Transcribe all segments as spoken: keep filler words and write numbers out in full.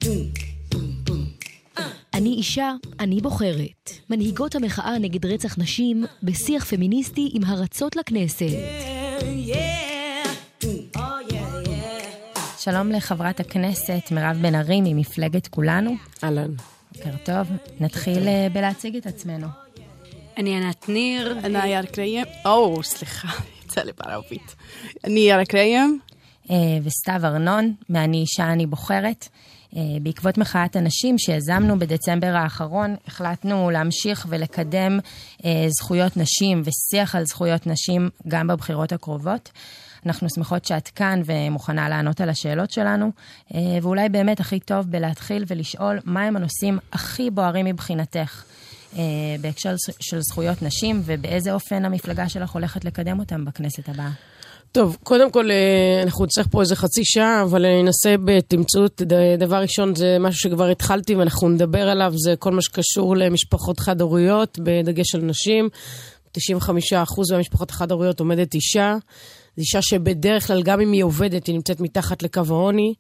אני אישה, אני בוחרת. מנהיגות המחאה נגד רצח נשים בשיח פמיניסטי עם הרצות לכנסת. שלום לחברת הכנסת מירב בן ארי ממפלגת כולנו. אהלן. בוקר טוב. נתחיל בלהציג את עצמנו. אני ענת ניר. אני יאר קריים. או, סליחה, יצא לי בערבית. אני יאר קריים. וסתיו ארנון, מאני אישה אני בוחרת. בעקבות מחאת הנשים שיזמנו בדצמבר האחרון, החלטנו להמשיך ולקדם זכויות נשים ושיח על זכויות נשים גם בבחירות הקרובות. אנחנו שמחות שאת כאן ומוכנה לענות על השאלות שלנו, ואולי באמת הכי טוב בלהתחיל ולשאול מהם הנושאים הכי בוערים מבחינתך בהקשר של זכויות נשים, ובאיזה אופן המפלגה שלך הולכת לקדם אותם בכנסת הבאה. טוב, קודם כל, אנחנו נצטרך פה איזה חצי שעה, אבל אני אנסה בתמצות. דבר ראשון, זה משהו שכבר התחלתי ואנחנו נדבר עליו, זה כל מה שקשור למשפחות חד-הוריות, בדגש על נשים. תשעים וחמישה אחוז מהמשפחות החד-הוריות עומדת אישה. זו אישה שבדרך כלל, גם אם היא עובדת, היא נמצאת מתחת לקו העוני.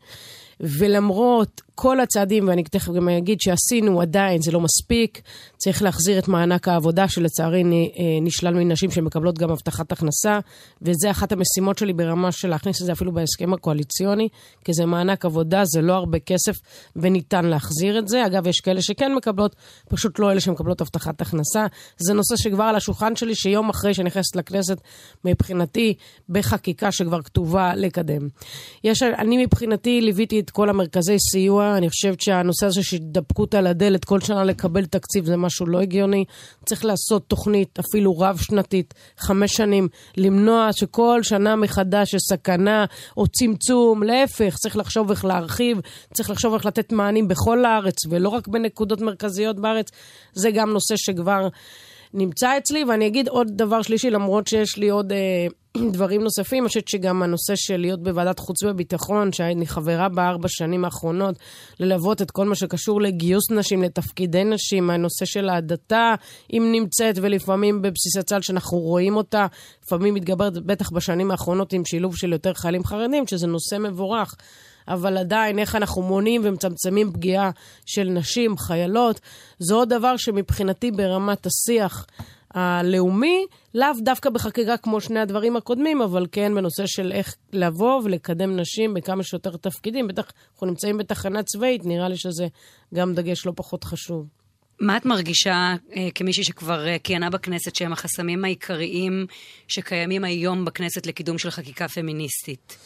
ולמרות כל הצעדים, ואני תכף גם אגיד שעשינו, עדיין זה לא מספיק, צריך להחזיר את מענק העבודה, שלצערי נשלל מנשים שמקבלות גם הבטחת הכנסה, וזה אחת המשימות שלי ברמה של להכניס את זה אפילו בהסכם הקואליציוני, כי זה מענק עבודה, זה לא הרבה כסף, וניתן להחזיר את זה. אגב, יש כאלה שכן מקבלות, פשוט לא אלה שמקבלות הבטחת הכנסה. זה נושא שכבר על השולחן שלי, שיום אחרי שנכנסת לכנסת, מבחינתי, בחקיקה שכבר כתובה לקדם. יש, אני מבחינתי ליוויתי את כל המרכזי סיוע. אני חושבת שהנושא הזה שדפקות על הדלת כל שנה לקבל תקציב זה משהו לא הגיוני. צריך לעשות תוכנית אפילו רב שנתית, חמש שנים, למנוע שכל שנה מחדש יש סכנה או צמצום. להפך, צריך לחשוב איך להרחיב, צריך לחשוב איך לתת מענים בכל הארץ ולא רק בנקודות מרכזיות בארץ. זה גם נושא שכבר נמצא אצלי. ואני אגיד עוד דבר שלישי, למרות שיש לי עוד אה, דברים נוספים. אני חושבת שגם הנושא של להיות בוועדת חוץ וביטחון, שאני חברה בארבע שנים האחרונות, ללוות את כל מה שקשור לגיוס נשים, לתפקידי נשים, הנושא של ההדתה, אם נמצאת, ולפעמים בבסיס הצל שאנחנו רואים אותה, לפעמים מתגברת בטח בשנים האחרונות עם שילוב של יותר חיילים חרדים, שזה נושא מבורך. אבל עדיין איך אנחנו מונים ומצמצמים פגיעה של נשים, חיילות, זה עוד דבר שמבחינתי ברמת השיח הלאומי, לאו דווקא בחקיקה כמו שני הדברים הקודמים, אבל כן בנושא של איך לבוא ולקדם נשים בכמה שיותר תפקידים. בטח אנחנו נמצאים בתחנה צבאית, נראה לי שזה גם דגש לא פחות חשוב. מה את מרגישה אה, כמישהי שכבר אה, כיהנה בכנסת, שהם החסמים העיקריים שקיימים היום בכנסת לקידום של חקיקה פמיניסטית?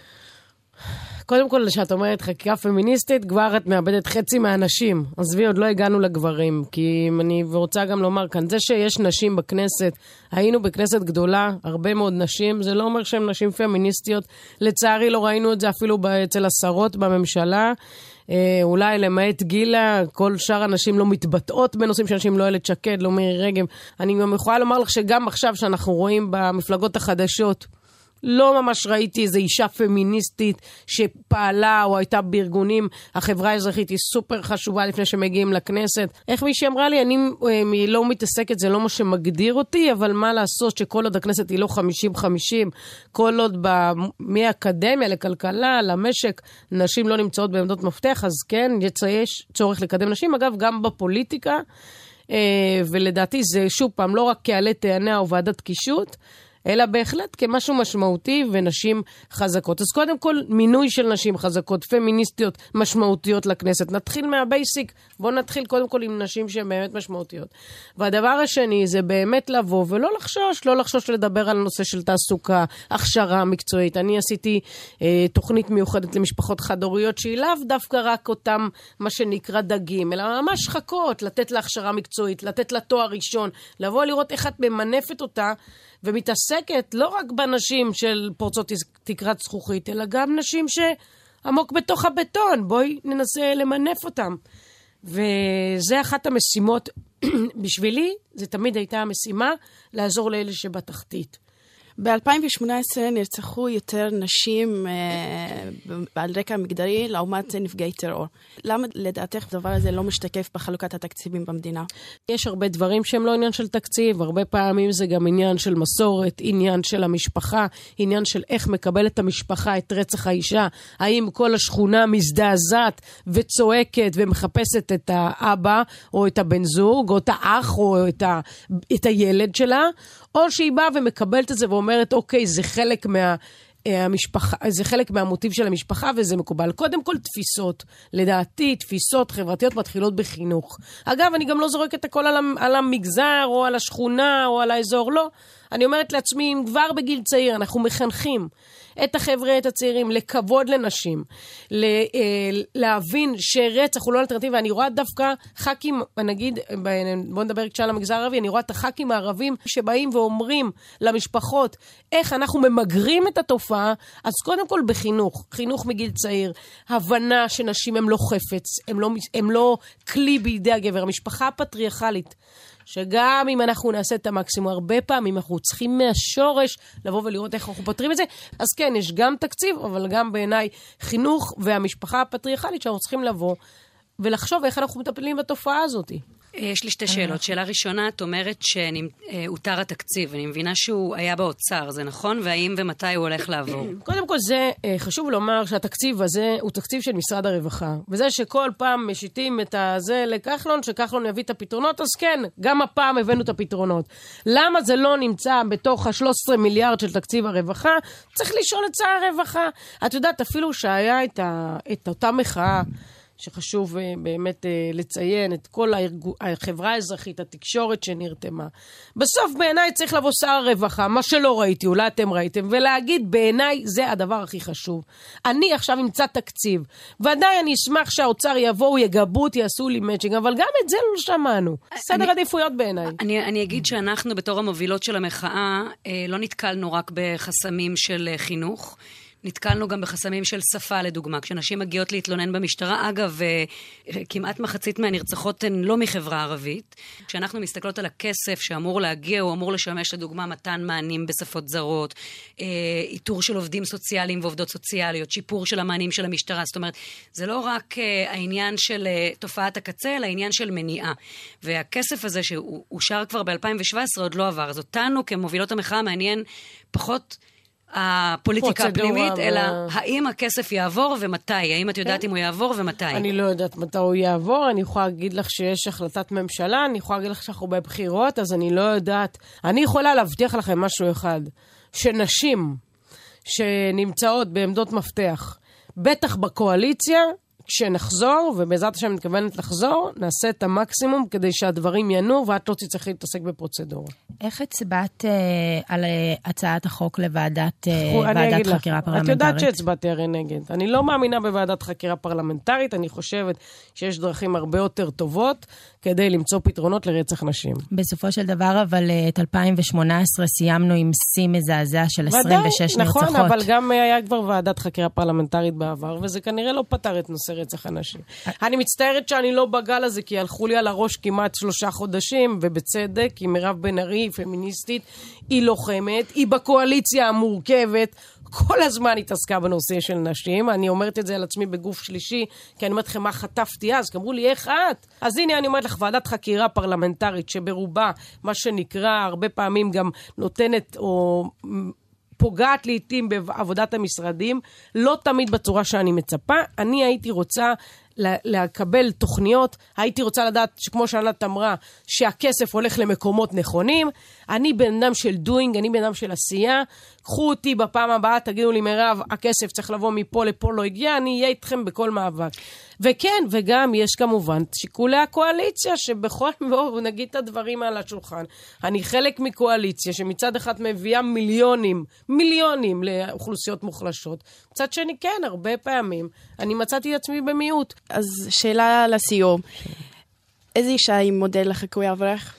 קודם כל, כשאת אומרת חקיקה פמיניסטית, כבר את מאבדת חצי מהנשים. אז וי עוד לא הגענו לגברים, כי אני רוצה גם לומר כאן, זה שיש נשים בכנסת, היינו בכנסת גדולה, הרבה מאוד נשים, זה לא אומר שהן נשים פמיניסטיות. לצערי לא ראינו את זה אפילו אצל השרות בממשלה, אה, אולי למעט גילה, כל שאר הנשים לא מתבטאות בנושאים שאנשים לא ילד שקד, לא מירי רגב. אני גם יכולה לומר לך שגם עכשיו שאנחנו רואים במפלגות החדשות, לא ממש ראיתי איזו אישה פמיניסטית שפעלה או הייתה בארגונים. החברה האזרחית היא סופר חשובה לפני שמגיעים לכנסת. איך מישהי אמרה לי, אני לא מתעסקת, זה לא מה שמגדיר אותי, אבל מה לעשות שכל עוד הכנסת היא לא חמישים חמישים, כל עוד מהאקדמיה לכלכלה, למשק, נשים לא נמצאות בעמדות מפתח, אז כן, יש צורך לקדם נשים. אגב, גם בפוליטיקה, ולדעתי זה שוב פעם לא רק כעלה תאנה או ועדת קישוט, אלא בהחלט כמשהו משמעותי ונשים חזקות. אז קודם כל, מינוי של נשים חזקות, פמיניסטיות משמעותיות לכנסת. נתחיל מהבייסיק, בואו נתחיל קודם כל עם נשים שהן באמת משמעותיות. והדבר השני זה באמת לבוא ולא לחשוש, לא לחשוש לדבר על הנושא של תעסוקה, הכשרה מקצועית. אני עשיתי אה, תוכנית מיוחדת למשפחות חד-הוריות, שהיא לאו דווקא רק אותם מה שנקרא דגים, אלא ממש חכות, לתת לה הכשרה מקצועית, לתת לה תואר ראשון, לבוא לראות איך את ממנפת אותה, ומתעסקת לא רק בנשים של פורצות תקרת זכוכית, אלא גם נשים שעמוק בתוך הבטון. בואי ננסה למנף אותם. וזה אחת המשימות בשבילי, זה תמיד הייתה המשימה לעזור לאלה שבתחתית. ב-אלפיים ושמונה עשרה נרצחו יותר נשים אה, על רקע מגדרי לעומת נפגעי טרור. למה לדעתך הדבר הזה לא משתקף בחלוקת התקציבים במדינה? יש הרבה דברים שהם לא עניין של תקציב, הרבה פעמים זה גם עניין של מסורת, עניין של המשפחה, עניין של איך מקבלת המשפחה את רצח האישה, האם כל השכונה מזדעזעת וצועקת ומחפשת את האבא או את הבן זוג או את האח או את, ה, את הילד שלה, או שהיא באה ומקבלת את זה ואומרת, אוקיי, זה חלק מה... המשפחה, זה חלק מהמוטיב של המשפחה וזה מקובל. קודם כל תפיסות, לדעתי תפיסות חברתיות מתחילות בחינוך. אגב, אני גם לא זורקת את הכל על המגזר או על השכונה או על האזור, לא. אני אומרת לעצמי, אם כבר בגיל צעיר אנחנו מחנכים את החבר'ה, את הצעירים, לכבוד לנשים, להבין שרצח הוא לא אלטרנטיבה. אני רואה דווקא ח"כים, נגיד, בוא נדבר קצת על המגזר הערבי, אני רואה את הח"כים הערבים שבאים ואומרים למשפחות איך אנחנו ממגרים את התופעה, אז קודם כל בחינוך, חינוך מגיל צעיר, הבנה שנשים הם לא חפץ, הם לא, הם לא כלי בידי הגבר, המשפחה הפטריארכלית, שגם אם אנחנו נעשה את המקסימום, הרבה פעמים אנחנו צריכים מהשורש לבוא ולראות איך אנחנו פותרים את זה. אז כן, יש גם תקציב, אבל גם בעיניי חינוך והמשפחה הפטריארכלית שאנחנו צריכים לבוא ולחשוב איך אנחנו מטפלים בתופעה הזאת. יש לי שתי שאלות. שאלה ראשונה, את אומרת שהותר התקציב. אני מבינה שהוא היה באוצר, זה נכון? והאם ומתי הוא הולך לעבור? קודם כל זה חשוב לומר שהתקציב הזה הוא תקציב של משרד הרווחה. וזה שכל פעם משיתים את זה לכחלון, שכחלון יביא את הפתרונות, אז כן, גם הפעם הבאנו את הפתרונות. למה זה לא נמצא בתוך ה-שלושה עשר מיליארד של תקציב הרווחה? צריך לשאול את שר הרווחה. את יודעת, אפילו שהיה את, ה... את אותה מחאה, שחשוב באמת לציין את כל החברה האזרחית, התקשורת שנרתמה. בסוף בעיניי צריך לבוא שר הרווחה, מה שלא ראיתי, אולי אתם ראיתם, ולהגיד בעיניי זה הדבר הכי חשוב. אני עכשיו אמצא תקציב, ודאי אני אשמח שהאוצר יבואו, יגבות, יעשו לי מאצ'ינג, אבל גם את זה לא שמענו. סדר עדיפויות בעיניי. אני, אני אגיד שאנחנו בתור המובילות של המחאה, לא נתקלנו רק בחסמים של חינוך, נתקלנו גם בחסמים של שפה, לדוגמה. כשנשים מגיעות להתלונן במשטרה, אגב, כמעט מחצית מהנרצחות הן לא מחברה ערבית. כשאנחנו מסתכלות על הכסף שאמור להגיע, הוא אמור לשמש, לדוגמה, מתן מענים בשפות זרות, איתור של עובדים סוציאליים ועובדות סוציאליות, שיפור של המענים של המשטרה. זאת אומרת, זה לא רק העניין של תופעת הקצה, אלא העניין של מניעה. והכסף הזה שאושר כבר ב-אלפיים שבע עשרה עוד לא עבר. אז אותנו כמובילות המחאה מעניין פחות הפוליטיקה הפנימית, אלא האם הכסף יעבור ומתי? האם את יודעת אם הוא יעבור ומתי? אני לא יודעת מתי הוא יעבור, אני יכולה להגיד לך שיש החלטת ממשלה, אני יכולה להגיד לך שאנחנו בבחירות, אז אני לא יודעת. אני יכולה להבטיח לכם משהו אחד, שנשים שנמצאות בעמדות מפתח, בטח בקואליציה, כשנחזור, ובעזרת השם מתכוונת לחזור, נעשה את המקסימום כדי שהדברים ינור, ואת לא תצטרך להתעסק בפרוצדורה. איך הצבעת אה, על אה, הצעת החוק לוועדת אה, ועדת חקירה לך, פרלמנטרית? את יודעת שהצבעתי הרי נגד. אני לא מאמינה בוועדת חקירה פרלמנטרית, אני חושבת שיש דרכים הרבה יותר טובות כדי למצוא פתרונות לרצח נשים. בסופו של דבר, אבל את אלפיים ושמונה עשרה סיימנו עם שיא מזעזע של עשרים ושש נרצחות. נכון, אבל גם היה כבר ועדת חקירה פרלמנטרית בעבר, וזה כנראה לא פתר את נושא רצח אנשים. אני מצטערת שאני לא בגל הזה, כי הלכו לי על הראש כמעט שלושה חודשים, ובצדק, כי מירב בן ארי היא פמיניסטית, היא לוחמת, היא בקואליציה המורכבת, כל הזמן התעסקה בנושא של נשים. אני אומרת את זה על עצמי בגוף שלישי, כי אני אומרת לכם מה חטפתי אז, כי אמרו לי איך את? אז הנה אני אומרת לך, ועדת חקירה פרלמנטרית, שברובה מה שנקרא הרבה פעמים גם נותנת או פוגעת לעתים בעבודת המשרדים, לא תמיד בצורה שאני מצפה. אני הייתי רוצה לקבל תוכניות, הייתי רוצה לדעת, שכמו שענת אמרה, שהכסף הולך למקומות נכונים. אני בן אדם של doing, אני בן אדם של עשייה. קחו אותי בפעם הבאה, תגידו לי, מירב, הכסף צריך לבוא מפה לפה, לא הגיע, אני אהיה איתכם בכל מאבק. וכן, וגם יש כמובן שיקולי הקואליציה, שבכל בואו נגיד את הדברים על השולחן. אני חלק מקואליציה, שמצד אחד מביאה מיליונים, מיליונים לאוכלוסיות מוחלשות. מצד שני, כן, הרבה פעמים, אני מצאתי את עצמי במיעוט. אז שאלה לסיום. איזה אישה היא מודל לחיקוי עבורך?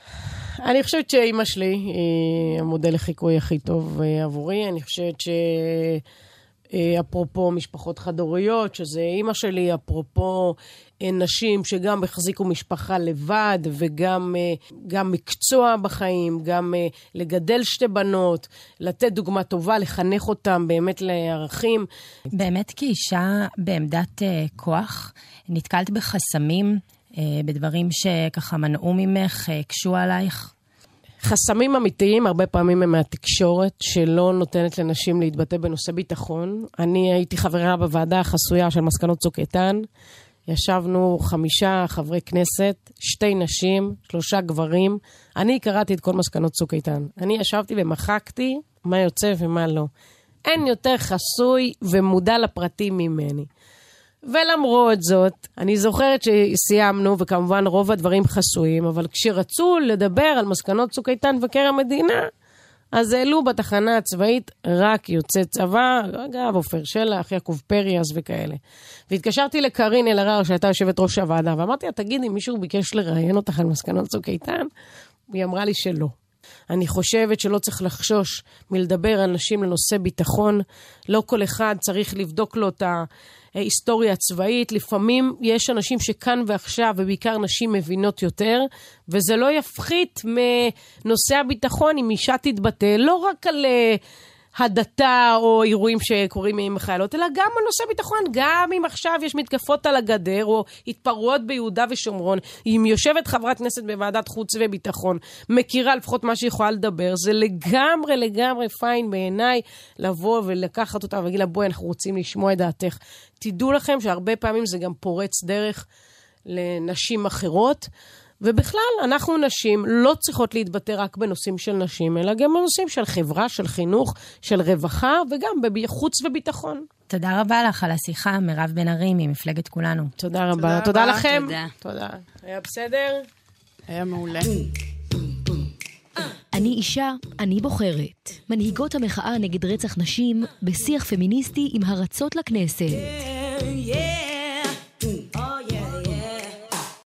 אני חושבת שאמא שלי היא המודל לחיקוי הכי טוב עבורי. אני חושבת ש... אפרופו משפחות חד-הוריות, שזה אימא שלי, אפרופו נשים שגם החזיקו משפחה לבד, וגם גם מקצוע בחיים, גם לגדל שתי בנות, לתת דוגמה טובה, לחנך אותם באמת לערכים. באמת כאישה בעמדת כוח, נתקלת בחסמים, בדברים שככה מנעו ממך, הקשו עלייך? חסמים אמיתיים, הרבה פעמים הם מהתקשורת, שלא נותנת לנשים להתבטא בנושא ביטחון. אני הייתי חברה בוועדה החסויה של מסקנות צוק איתן, ישבנו חמישה חברי כנסת, שתי נשים, שלושה גברים. אני קראתי את כל מסקנות צוק איתן. אני ישבתי ומחקתי מה יוצא ומה לא. אין יותר חסוי ומודע לפרטים ממני. ולמרות זאת, אני זוכרת שסיימנו, וכמובן רוב הדברים חסויים, אבל כשרצו לדבר על מסקנות צוק איתן מבקר המדינה, אז העלו בתחנה הצבאית רק יוצא צבא, אגב, עופר שלח, יעקב פריאס וכאלה. והתקשרתי לקרין אלהרר, שהייתה יושבת ראש הוועדה, ואמרתי לה, תגידי, מישהו ביקש לראיין אותך על מסקנות צוק איתן? והיא אמרה לי שלא. אני חושבת שלא צריך לחשוש מלדבר על נשים לנושא ביטחון, לא כל אחד צריך לבדוק לו את ההיסטוריה הצבאית, לפעמים יש אנשים שכאן ועכשיו, ובעיקר נשים מבינות יותר, וזה לא יפחית מנושא הביטחון אם אישה תתבטא, לא רק על הדתה או אירועים שקורים עם חיילות, אלא גם על נושא ביטחון, גם אם עכשיו יש מתקפות על הגדר או התפרעות ביהודה ושומרון, אם יושבת חברת כנסת בוועדת חוץ וביטחון, מכירה לפחות מה שיכולה לדבר, זה לגמרי לגמרי פיין בעיניי לבוא ולקחת אותה ולהגיד לה, בואי, אנחנו רוצים לשמוע את דעתך. תדעו לכם שהרבה פעמים זה גם פורץ דרך לנשים אחרות, ובכלל, אנחנו נשים לא צריכות להתבטא רק בנושאים של נשים, אלא גם בנושאים של חברה, של חינוך, של רווחה, וגם בחוץ וביטחון. תודה רבה לך על השיחה, מירב בן ארי ממפלגת כולנו. תודה רבה. תודה לכם. תודה. תודה. היה בסדר? היה מעולה. אני אישה, אני בוחרת. מנהיגות המחאה נגד רצח נשים בשיח פמיניסטי עם הרצות לכנסת. Yeah, yeah.